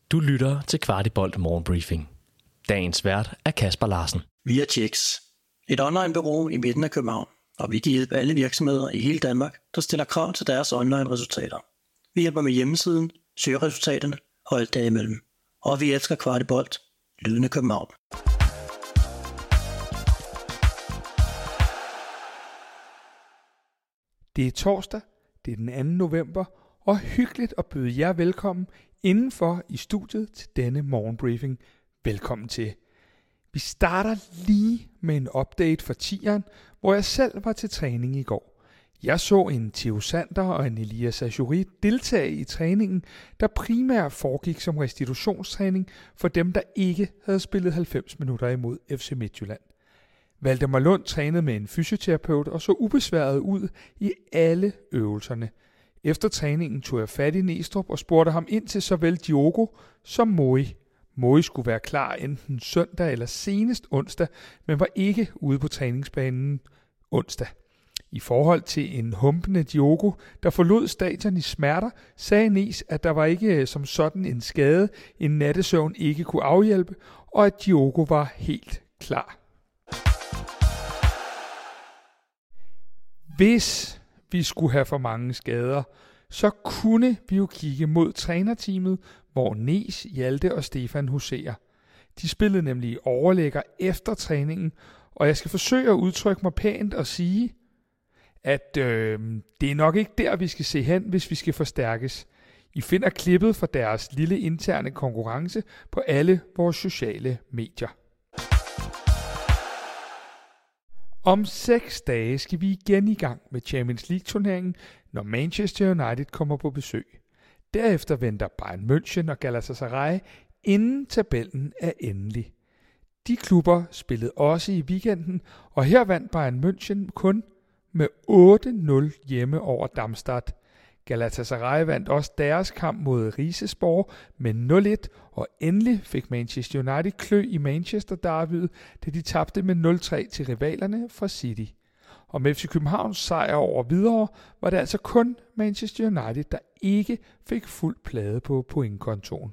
Du lytter til Kvartibolt Morgenbriefing. Dagens vært er Kasper Larsen. Vi er Checks, et online-bureau i midten af København, og vi kan hjælpe alle virksomheder i hele Danmark, der stiller krav til deres online-resultater. Vi hjælper med hjemmesiden, søgeresultaterne og alt derimellem. Og vi elsker Kvartibolt, lyden af København. Det er torsdag, det er den 2. november, og hyggeligt at byde jer velkommen indenfor i studiet til denne morgenbriefing. Velkommen til. Vi starter lige med en update for 10'eren, hvor jeg selv var til træning i går. Jeg så en Theo Sander og en Elias Ajuri deltage i træningen, der primært foregik som restitutionstræning for dem, der ikke havde spillet 90 minutter imod FC Midtjylland. Valdemar Lund trænede med en fysioterapeut og så ubesværet ud i alle øvelserne. Efter træningen tog jeg fat i Næstrup og spurgte ham ind til såvel Diogo som Moi. Moi skulle være klar enten søndag eller senest onsdag, men var ikke ude på træningsbanen onsdag. I forhold til en humpende Diogo, der forlod stadion i smerter, sagde Nes, at der var ikke som sådan en skade, en nattesøvn ikke kunne afhjælpe, og at Diogo var helt klar. Hvis vi skulle have for mange skader, så kunne vi jo kigge mod trænerteamet, hvor Nes, Hjalte og Stefan huserer. De spillede nemlig overlægger efter træningen, og jeg skal forsøge at udtrykke mig pænt og sige, at det er nok ikke der, vi skal se hen, hvis vi skal forstærkes. I finder klippet fra deres lille interne konkurrence på alle vores sociale medier. Om 6 dage skal vi igen i gang med Champions League-turneringen, når Manchester United kommer på besøg. Derefter venter Bayern München og Galatasaray, inden tabellen er endelig. De klubber spillede også i weekenden, og her vandt Bayern München kun med 8-0 hjemme over Darmstadt. Galatasaray vandt også deres kamp mod Rizespor med 0-1, og endelig fik Manchester United klø i Manchester derbyet, da de tabte med 0-3 til rivalerne fra City. Og med FC Københavns sejr over Hvidovre var det altså kun Manchester United, der ikke fik fuld plade på pointkontoen.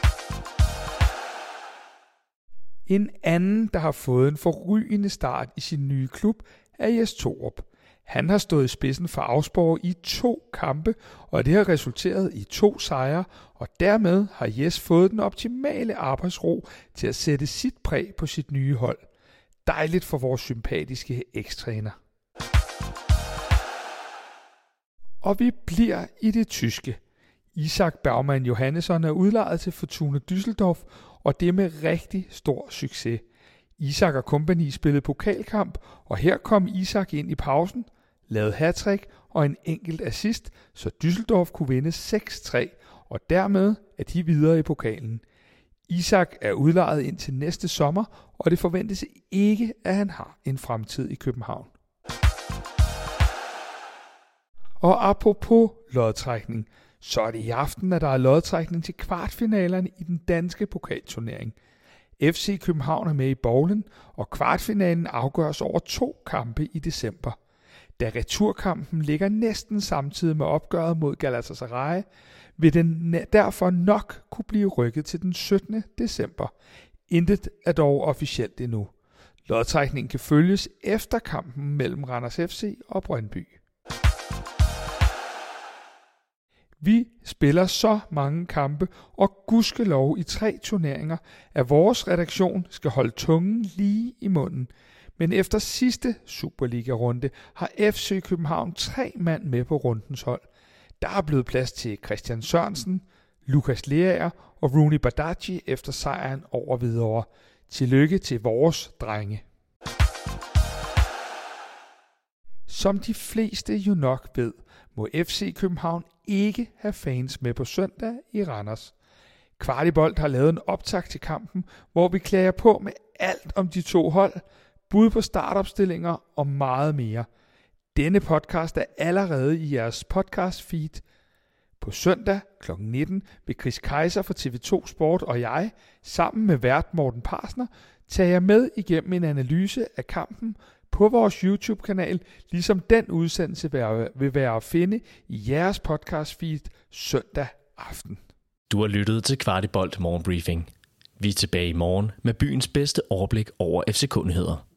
En anden, der har fået en forrygende start i sin nye klub, er Jes Torup. Han har stået i spidsen for Augsburg i 2 kampe, og det har resulteret i 2 sejre, og dermed har Jes fået den optimale arbejdsro til at sætte sit præg på sit nye hold. Dejligt for vores sympatiske ekstræner. Og vi bliver i det tyske. Isak Bergmann Johannesson er udlejet til Fortuna Düsseldorf, og det med rigtig stor succes. Isak og kompagni spillede pokalkamp, og her kom Isak ind i pausen, lavede hattrick og en enkelt assist, så Düsseldorf kunne vinde 6-3, og dermed er de videre i pokalen. Isak er udlejet indtil næste sommer, og det forventes ikke, at han har en fremtid i København. Og apropos lodtrækning, så er det i aften, at der er lodtrækning til kvartfinalerne i den danske pokalturnering. FC København er med i bowlen, og kvartfinalen afgøres over 2 kampe i december. Da returkampen ligger næsten samtidig med opgøret mod Galatasaray, vil den derfor nok kunne blive rykket til den 17. december. Intet er dog officielt endnu. Lodtrækningen kan følges efter kampen mellem Randers FC og Brøndby. Vi spiller så mange kampe og gudskelov i 3 turneringer, at vores redaktion skal holde tungen lige i munden. Men efter sidste Superliga-runde har FC København 3 mand med på rundens hold. Der er blevet plads til Christian Sørensen, Lukas Leaer og Rooney Badaji efter sejren over Hvidovre. Tillykke til vores drenge. Som de fleste jo nok ved, må FC København ikke have fans med på søndag i Randers. Kvartibolt har lavet en optakt til kampen, hvor vi klager på med alt om de 2 hold, bud på startopstillinger og meget mere. Denne podcast er allerede i jeres podcast feed. På søndag kl. 19 vil Chris Kaiser fra TV2 Sport og jeg, sammen med vært Morten Parsner, tage jer med igennem en analyse af kampen på vores YouTube-kanal, ligesom den udsendelse vil være at finde i jeres podcast feed søndag aften. Du har lyttet til Kvartibolt Morgenbriefing. Vi er tilbage i morgen med byens bedste overblik over FCK-nyheder.